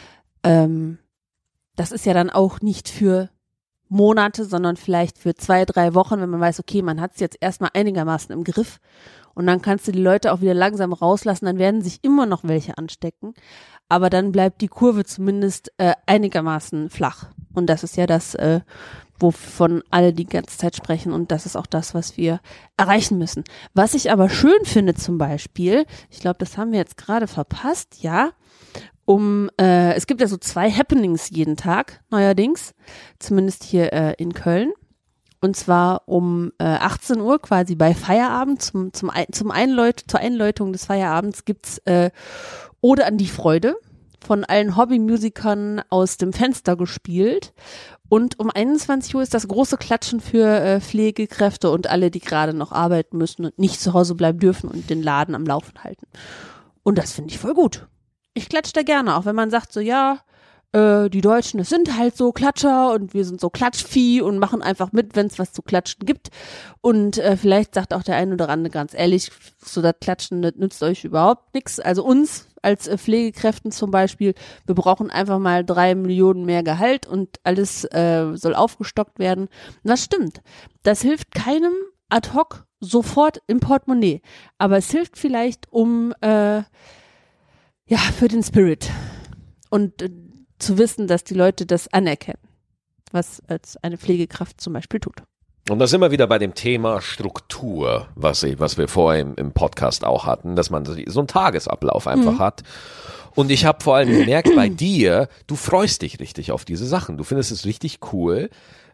Das ist ja dann auch nicht für Monate, sondern vielleicht für 2-3 Wochen, wenn man weiß, okay, man hat es jetzt erstmal einigermaßen im Griff und dann kannst du die Leute auch wieder langsam rauslassen, dann werden sich immer noch welche anstecken, aber dann bleibt die Kurve zumindest einigermaßen flach und das ist ja das, wovon alle die ganze Zeit sprechen und das ist auch das, was wir erreichen müssen. Was ich aber schön finde zum Beispiel, ich glaube, das haben wir jetzt gerade verpasst, ja, es gibt ja so 2 Happenings jeden Tag, neuerdings, zumindest hier in Köln. Und zwar um 18 Uhr quasi bei Feierabend, zur Einläutung des Feierabends gibt's Ode an die Freude von allen Hobbymusikern aus dem Fenster gespielt. Und um 21 Uhr ist das große Klatschen für Pflegekräfte und alle, die gerade noch arbeiten müssen und nicht zu Hause bleiben dürfen und den Laden am Laufen halten. Und das finde ich voll gut. Ich klatsche da gerne, auch wenn man sagt so, ja, die Deutschen, das sind halt so Klatscher und wir sind so Klatschvieh und machen einfach mit, wenn es was zu klatschen gibt. Und vielleicht sagt auch der eine oder andere ganz ehrlich, so das Klatschen, das nützt euch überhaupt nichts. Also uns als Pflegekräften zum Beispiel, wir brauchen einfach mal 3 Millionen mehr Gehalt und alles soll aufgestockt werden. Und das stimmt. Das hilft keinem ad hoc sofort im Portemonnaie. Aber es hilft vielleicht für den Spirit. Und zu wissen, dass die Leute das anerkennen, was als eine Pflegekraft zum Beispiel tut. Und da sind wir wieder bei dem Thema Struktur, was wir vorher im Podcast auch hatten, dass man so einen Tagesablauf einfach hat. Und ich habe vor allem gemerkt, bei dir, du freust dich richtig auf diese Sachen. Du findest es richtig cool.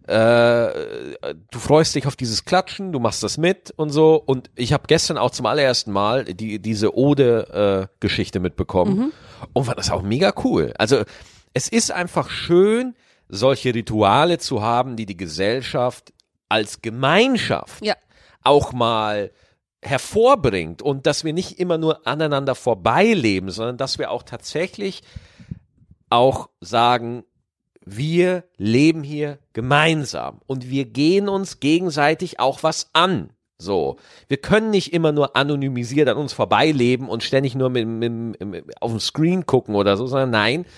Du freust dich auf dieses Klatschen, du machst das mit und so. Und ich habe gestern auch zum allerersten Mal diese Ode-Geschichte mitbekommen und fand das auch mega cool. Also es ist einfach schön, solche Rituale zu haben, die die Gesellschaft als Gemeinschaft auch mal hervorbringt und dass wir nicht immer nur aneinander vorbeileben, sondern dass wir auch tatsächlich auch sagen, wir leben hier gemeinsam und wir gehen uns gegenseitig auch was an. So, wir können nicht immer nur anonymisiert an uns vorbeileben und ständig nur auf dem Screen gucken oder so, sondern nein,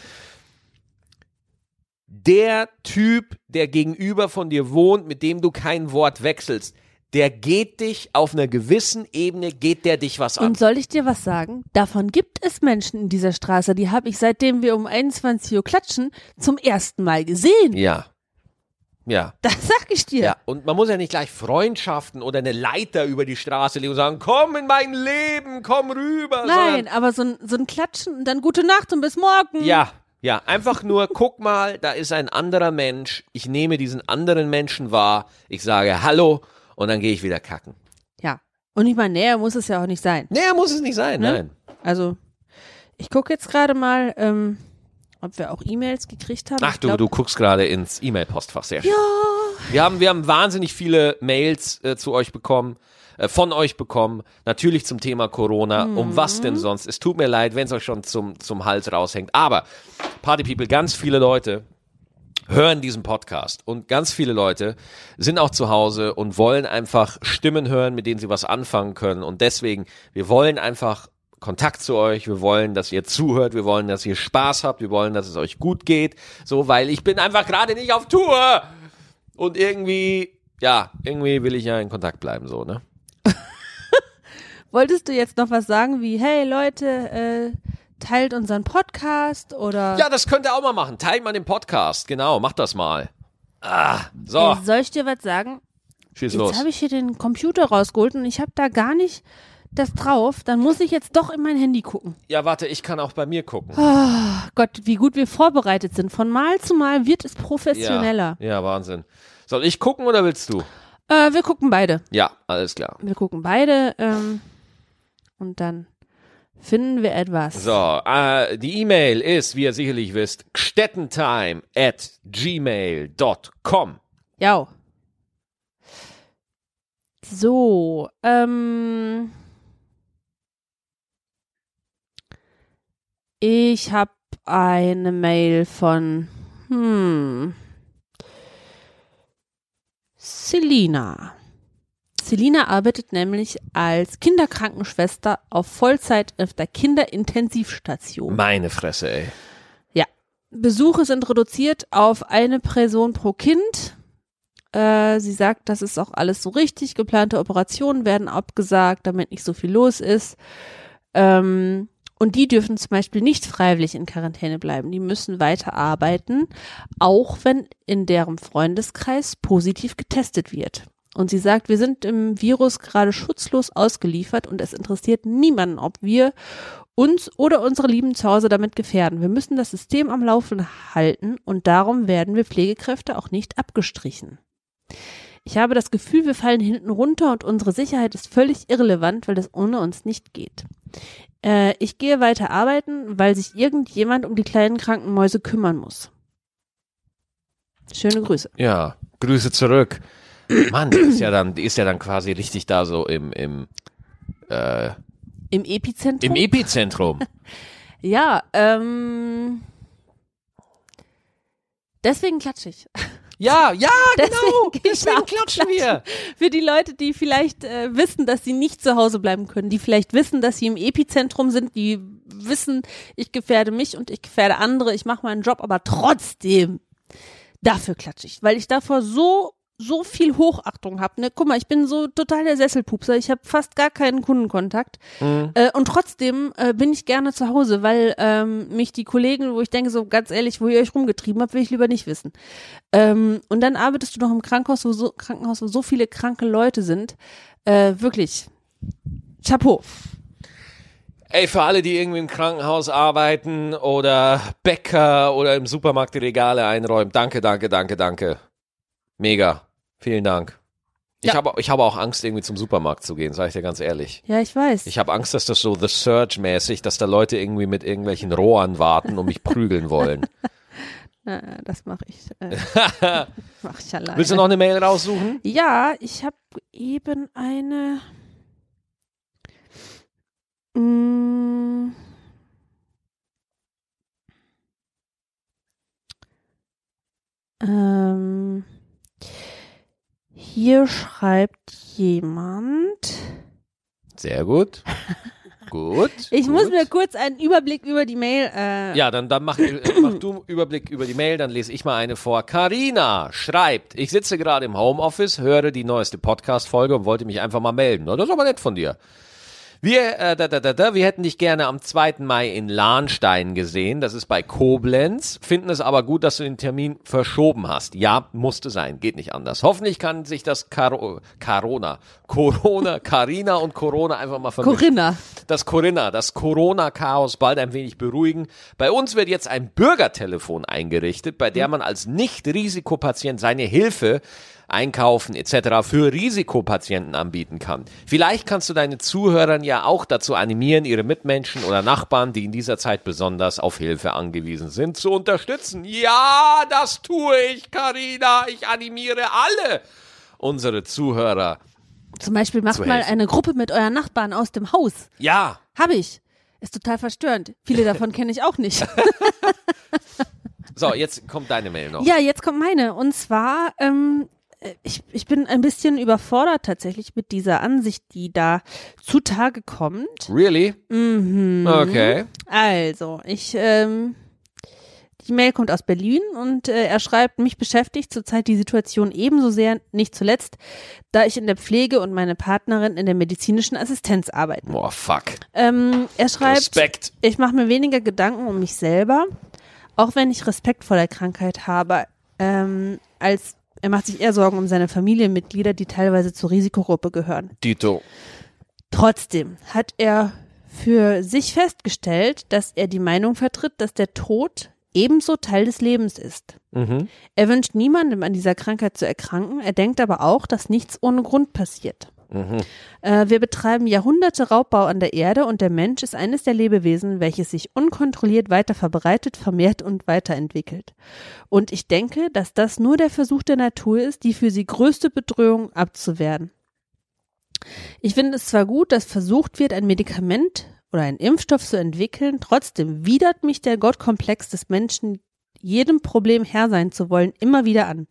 der Typ, der gegenüber von dir wohnt, mit dem du kein Wort wechselst, der geht dich auf einer gewissen Ebene, geht der dich was an. Und soll ich dir was sagen? Davon gibt es Menschen in dieser Straße, die habe ich, seitdem wir um 21 Uhr klatschen, zum ersten Mal gesehen. Ja. Das sag ich dir. Ja, und man muss ja nicht gleich Freundschaften oder eine Leiter über die Straße legen und sagen, komm in mein Leben, komm rüber. Nein, aber so ein Klatschen und dann gute Nacht und bis morgen. Ja, einfach nur, guck mal, da ist ein anderer Mensch, ich nehme diesen anderen Menschen wahr, ich sage Hallo und dann gehe ich wieder kacken. Ja, und ich meine, näher muss es ja auch nicht sein. Näher muss es nicht sein, ne? Nein. Also, ich gucke jetzt gerade mal, ob wir auch E-Mails gekriegt haben. Ach du guckst gerade ins E-Mail-Postfach, sehr schön. Ja. Wir haben wahnsinnig viele Mails zu euch bekommen, von euch bekommen, natürlich zum Thema Corona, um was denn sonst. Es tut mir leid, wenn es euch schon zum Hals raushängt, aber Party People, ganz viele Leute hören diesen Podcast und ganz viele Leute sind auch zu Hause und wollen einfach Stimmen hören, mit denen sie was anfangen können und deswegen, wir wollen einfach Kontakt zu euch, wir wollen, dass ihr zuhört, wir wollen, dass ihr Spaß habt, wir wollen, dass es euch gut geht, so, weil ich bin einfach gerade nicht auf Tour und irgendwie will ich ja in Kontakt bleiben, so, ne? Wolltest du jetzt noch was sagen wie, hey Leute, teilt unseren Podcast oder? Ja, das könnt ihr auch mal machen, teilt mal den Podcast, genau, macht das mal. So. Soll ich dir was sagen? Schieß los. Jetzt habe ich hier den Computer rausgeholt und ich habe da gar nicht das drauf, dann muss ich jetzt doch in mein Handy gucken. Ja, warte, ich kann auch bei mir gucken. Oh Gott, wie gut wir vorbereitet sind. Von Mal zu Mal wird es professioneller. Ja, Wahnsinn. Soll ich gucken oder willst du? Wir gucken beide. Ja, alles klar. Wir gucken beide und dann finden wir etwas. So, die E-Mail ist, wie ihr sicherlich wisst, gstettentime@gmail.com. Ja. So, ich habe eine Mail von Selina. Selina arbeitet nämlich als Kinderkrankenschwester auf Vollzeit auf der Kinderintensivstation. Meine Fresse, ey. Ja. Besuche sind reduziert auf eine Person pro Kind. Sie sagt, das ist auch alles so richtig. Geplante Operationen werden abgesagt, damit nicht so viel los ist. Und die dürfen zum Beispiel nicht freiwillig in Quarantäne bleiben. Die müssen weiter arbeiten, auch wenn in deren Freundeskreis positiv getestet wird. Und sie sagt, wir sind im Virus gerade schutzlos ausgeliefert und es interessiert niemanden, ob wir uns oder unsere Lieben zu Hause damit gefährden. Wir müssen das System am Laufen halten und darum werden wir Pflegekräfte auch nicht abgestrichen. Ich habe das Gefühl, wir fallen hinten runter und unsere Sicherheit ist völlig irrelevant, weil das ohne uns nicht geht. Ich gehe weiter arbeiten, weil sich irgendjemand um die kleinen kranken Mäuse kümmern muss. Schöne Grüße. Ja, Grüße zurück. Mann, die ist ja dann quasi richtig da so im Epizentrum? Im Epizentrum. Ja, deswegen klatsche ich. Ja, genau. Deswegen klatschen wir. Für die Leute, die vielleicht wissen, dass sie nicht zu Hause bleiben können, die vielleicht wissen, dass sie im Epizentrum sind, die wissen, ich gefährde mich und ich gefährde andere, ich mache meinen Job, aber trotzdem, dafür klatsche ich, weil ich davor so viel Hochachtung habe. Ne? Guck mal, ich bin so total der Sesselpupser. Ich habe fast gar keinen Kundenkontakt. Und trotzdem bin ich gerne zu Hause, weil mich die Kollegen, wo ich denke, so ganz ehrlich, wo ihr euch rumgetrieben habt, will ich lieber nicht wissen. Und dann arbeitest du noch im Krankenhaus, wo so viele kranke Leute sind. Wirklich. Chapeau. Ey, für alle, die irgendwie im Krankenhaus arbeiten oder Bäcker oder im Supermarkt die Regale einräumen, danke. Mega. Vielen Dank. Ich habe auch Angst, irgendwie zum Supermarkt zu gehen, sage ich dir ganz ehrlich. Ja, ich weiß. Ich habe Angst, dass das so The Surge-mäßig, dass da Leute irgendwie mit irgendwelchen Rohren warten und mich prügeln wollen. Das mache ich. Mach ich alleine. Willst du noch eine Mail raussuchen? Ja, ich habe eben eine. Hier schreibt jemand. Sehr gut. Gut. Ich muss mir kurz einen Überblick über die Mail. Ja, dann mach du Überblick über die Mail, dann lese ich mal eine vor. Carina schreibt, ich sitze gerade im Homeoffice, höre die neueste Podcast-Folge und wollte mich einfach mal melden. Das ist aber nett von dir. Wir hätten dich gerne am 2. Mai in Lahnstein gesehen, das ist bei Koblenz, finden es aber gut, dass du den Termin verschoben hast. Ja, musste sein, geht nicht anders. Hoffentlich kann sich das Carina und Corona einfach mal vermischen. Das Corona-Chaos bald ein wenig beruhigen. Bei uns wird jetzt ein Bürgertelefon eingerichtet, bei der man als Nicht-Risikopatient seine Hilfe Einkaufen etc. für Risikopatienten anbieten kann. Vielleicht kannst du deine Zuhörer ja auch dazu animieren, ihre Mitmenschen oder Nachbarn, die in dieser Zeit besonders auf Hilfe angewiesen sind, zu unterstützen. Ja, das tue ich, Carina. Ich animiere alle unsere Zuhörer. Zum Beispiel macht mal eine Gruppe mit euren Nachbarn aus dem Haus. Ja. Habe ich. Ist total verstörend. Viele davon kenne ich auch nicht. So, jetzt kommt deine Mail noch. Ja, jetzt kommt meine. Und zwar, ich bin ein bisschen überfordert tatsächlich mit dieser Ansicht, die da zutage kommt. Really? Mhm. Okay. Also, die Mail kommt aus Berlin und er schreibt, mich beschäftigt zurzeit die Situation ebenso sehr, nicht zuletzt, da ich in der Pflege und meine Partnerin in der medizinischen Assistenz arbeiten. Boah, fuck. Er schreibt, Respekt. Ich mache mir weniger Gedanken um mich selber, auch wenn ich Respekt vor der Krankheit habe, als er macht sich eher Sorgen um seine Familienmitglieder, die teilweise zur Risikogruppe gehören. Dito. Trotzdem hat er für sich festgestellt, dass er die Meinung vertritt, dass der Tod ebenso Teil des Lebens ist. Mhm. Er wünscht niemandem an dieser Krankheit zu erkranken, er denkt aber auch, dass nichts ohne Grund passiert. Mhm. Wir betreiben Jahrhunderte Raubbau an der Erde und der Mensch ist eines der Lebewesen, welches sich unkontrolliert weiter verbreitet, vermehrt und weiterentwickelt. Und ich denke, dass das nur der Versuch der Natur ist, die für sie größte Bedrohung abzuwehren. Ich finde es zwar gut, dass versucht wird, ein Medikament oder einen Impfstoff zu entwickeln, trotzdem widert mich der Gottkomplex des Menschen, jedem Problem Herr sein zu wollen, immer wieder an.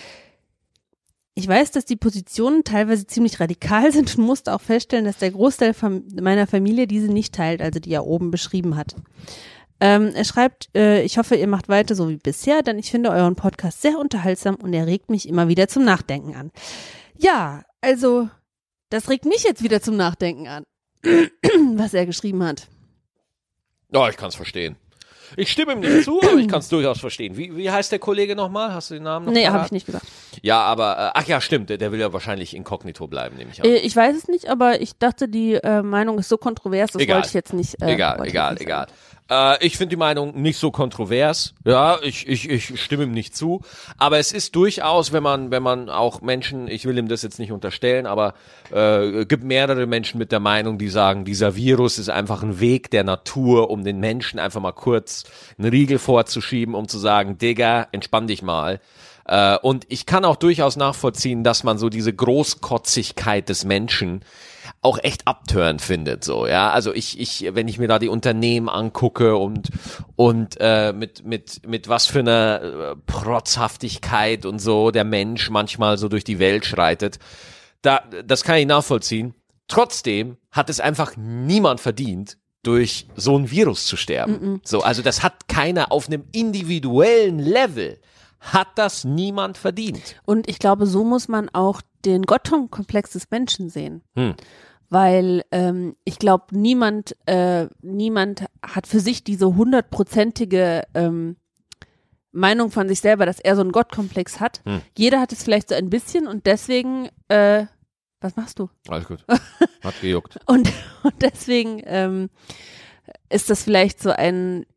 Ich weiß, dass die Positionen teilweise ziemlich radikal sind und musste auch feststellen, dass der Großteil meiner Familie diese nicht teilt, also die er oben beschrieben hat. Er schreibt, ich hoffe, ihr macht weiter so wie bisher, denn ich finde euren Podcast sehr unterhaltsam und er regt mich immer wieder zum Nachdenken an. Ja, also das regt mich jetzt wieder zum Nachdenken an, was er geschrieben hat. Ja, ich kann es verstehen. Ich stimme ihm nicht zu, aber ich kann es durchaus verstehen. Wie heißt der Kollege nochmal? Hast du den Namen noch? Nee, habe ich nicht gesagt. Ja, aber, ach ja, stimmt, der will ja wahrscheinlich inkognito bleiben, nehme ich an. Ich weiß es nicht, aber ich dachte, die Meinung ist so kontrovers, das wollte ich jetzt nicht. Egal. Ich finde die Meinung nicht so kontrovers. Ja, ich stimme ihm nicht zu. Aber es ist durchaus, wenn man auch Menschen, ich will ihm das jetzt nicht unterstellen, aber gibt mehrere Menschen mit der Meinung, die sagen, dieser Virus ist einfach ein Weg der Natur, um den Menschen einfach mal kurz einen Riegel vorzuschieben, um zu sagen, Digga, entspann dich mal. Und ich kann auch durchaus nachvollziehen, dass man so diese Großkotzigkeit des Menschen auch echt abtörend findet, so, ja. Also wenn ich mir da die Unternehmen angucke und mit was für einer Protzhaftigkeit und so der Mensch manchmal so durch die Welt schreitet, das kann ich nachvollziehen. Trotzdem hat es einfach niemand verdient, durch so ein Virus zu sterben. So, also das hat keiner auf einem individuellen Level, hat das niemand verdient. Und ich glaube, so muss man auch den Gottkomplex des Menschen sehen. Weil ich glaube, niemand hat für sich diese 100%ige Meinung von sich selber, dass er so einen Gottkomplex hat. Jeder hat es vielleicht so ein bisschen und deswegen, was machst du? Alles gut, hat gejuckt. Und deswegen ist das vielleicht so ein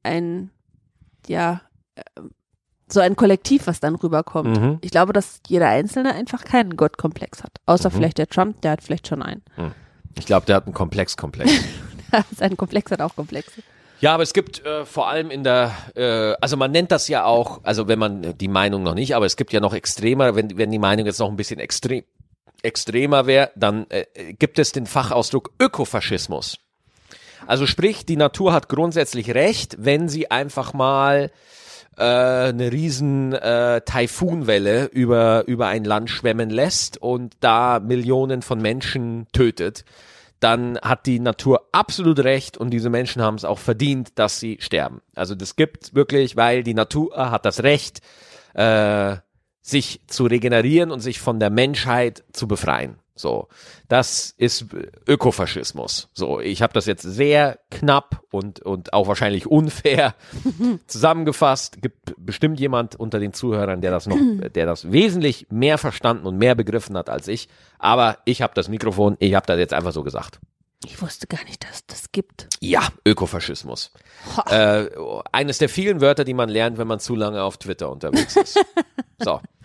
Kollektiv, was dann rüberkommt. Ich glaube, dass jeder Einzelne einfach keinen Gottkomplex hat. Außer vielleicht der Trump, der hat vielleicht schon einen. Ich glaube, der hat einen Komplex. Sein Komplex hat auch Komplexe. Ja, aber es gibt vor allem in der, also man nennt das ja auch, also wenn man die Meinung noch nicht, aber es gibt ja noch extremer, wenn die Meinung jetzt noch ein bisschen extremer wäre, dann gibt es den Fachausdruck Ökofaschismus. Also sprich, die Natur hat grundsätzlich recht, wenn sie einfach mal eine riesen Taifunwelle über ein Land schwemmen lässt und da Millionen von Menschen tötet, dann hat die Natur absolut recht und diese Menschen haben es auch verdient, dass sie sterben. Also das gibt wirklich, weil die Natur hat das Recht, sich zu regenerieren und sich von der Menschheit zu befreien. So, das ist Ökofaschismus. So, ich habe das jetzt sehr knapp und auch wahrscheinlich unfair zusammengefasst. Gibt bestimmt jemand unter den Zuhörern, der das wesentlich mehr verstanden und mehr begriffen hat als ich. Aber ich habe das Mikrofon, ich habe das jetzt einfach so gesagt. Ich wusste gar nicht, dass es das gibt. Ja, Ökofaschismus. Eines der vielen Wörter, die man lernt, wenn man zu lange auf Twitter unterwegs ist. So.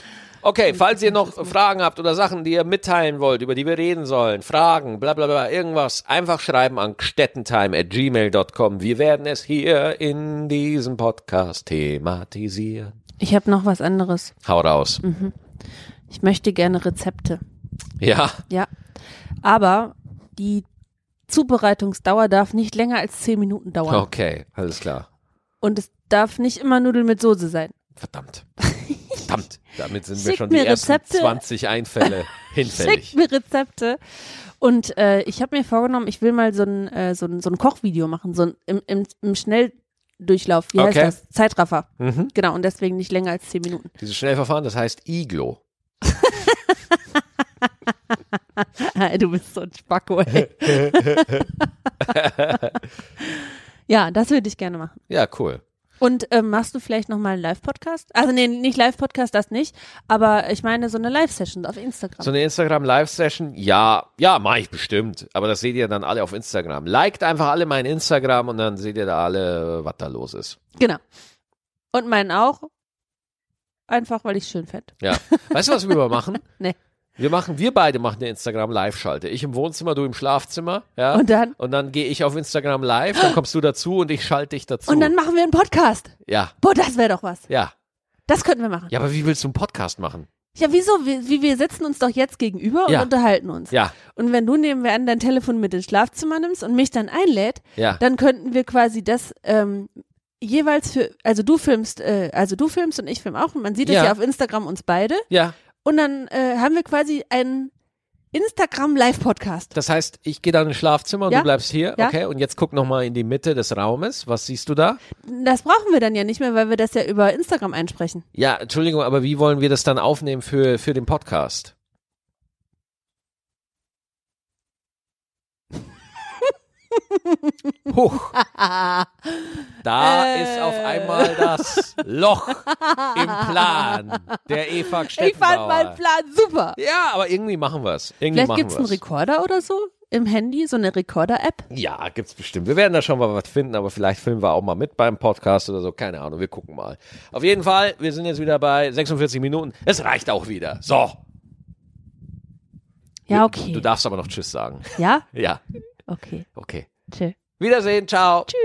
Okay, falls ihr noch Fragen habt oder Sachen, die ihr mitteilen wollt, über die wir reden sollen, Fragen, bla bla bla, irgendwas, einfach schreiben an gstettentime@gmail.com. Wir werden es hier in diesem Podcast thematisieren. Ich habe noch was anderes. Hau raus. Ich möchte gerne Rezepte. Ja, Ja, aber die Zubereitungsdauer darf nicht länger als 10 Minuten dauern. okay, alles klar. Und es darf nicht immer Nudeln mit Soße sein. Verdammt. Damit sind wir Schickt schon die mir ersten Rezepte. 20 Einfälle hinfällig. Schickt mir Rezepte. Und ich habe mir vorgenommen, ich will mal so ein Kochvideo machen, so im Schnelldurchlauf. Wie heißt Okay. das? Zeitraffer. Mhm. Genau, und deswegen nicht länger als 10 Minuten. Dieses Schnellverfahren, das heißt Iglo. Du bist so ein Spacko, ey. Ja, das würde ich gerne machen. Ja, cool. Und machst du vielleicht nochmal einen Live-Podcast? Also nee, nicht Live-Podcast, das nicht. Aber ich meine so eine Live-Session auf Instagram. So eine Instagram-Live-Session, ja, mache ich bestimmt. Aber das seht ihr dann alle auf Instagram. Liked einfach alle mein Instagram und dann seht ihr da alle, was da los ist. Genau. Und meinen auch. Einfach, weil ich es schön fände. Ja. Weißt du, was wir machen? Nee. Wir beide machen eine Instagram-Live-Schalte. Ich im Wohnzimmer, du im Schlafzimmer. Ja? Und dann? Und dann gehe ich auf Instagram live, dann kommst du dazu und ich schalte dich dazu. Und dann machen wir einen Podcast. Ja, Boah, das wäre doch was. ja. Das könnten wir machen. Ja, aber wie willst du einen Podcast machen? Ja, wieso? Wir sitzen uns doch jetzt gegenüber und Ja. unterhalten uns. Ja, Und wenn du nehmen wir an dein Telefon mit ins Schlafzimmer nimmst und mich dann einlädt, ja. dann könnten wir quasi das jeweils also du filmst und ich film auch und man sieht es Ja. ja auf Instagram uns beide Ja. und dann haben wir quasi einen Instagram-Live-Podcast. Das heißt, ich gehe dann ins Schlafzimmer und Ja. du bleibst hier. Ja. Okay, und jetzt guck nochmal in die Mitte des Raumes. Was siehst du da? Das brauchen wir dann ja nicht mehr, weil wir das ja über Instagram einsprechen. Ja, Entschuldigung, aber wie wollen wir das dann aufnehmen für den Podcast? Huch, da ist auf einmal das Loch im Plan der Eva Ich fand Stettenbauer. meinen Plan super. Ja, aber irgendwie machen wir es. Vielleicht gibt's einen Rekorder oder so im Handy, so eine Rekorder-App. Ja, gibt's bestimmt. Wir werden da schon mal was finden, aber vielleicht filmen wir auch mal mit beim Podcast oder so. Keine Ahnung, wir gucken mal. Auf jeden Fall, wir sind jetzt wieder bei 46 Minuten. Es reicht auch wieder. So. Ja, okay. Du darfst aber noch Tschüss sagen. Ja? Ja, Okay. okay. Chill. Wiedersehen, ciao. Tschüss.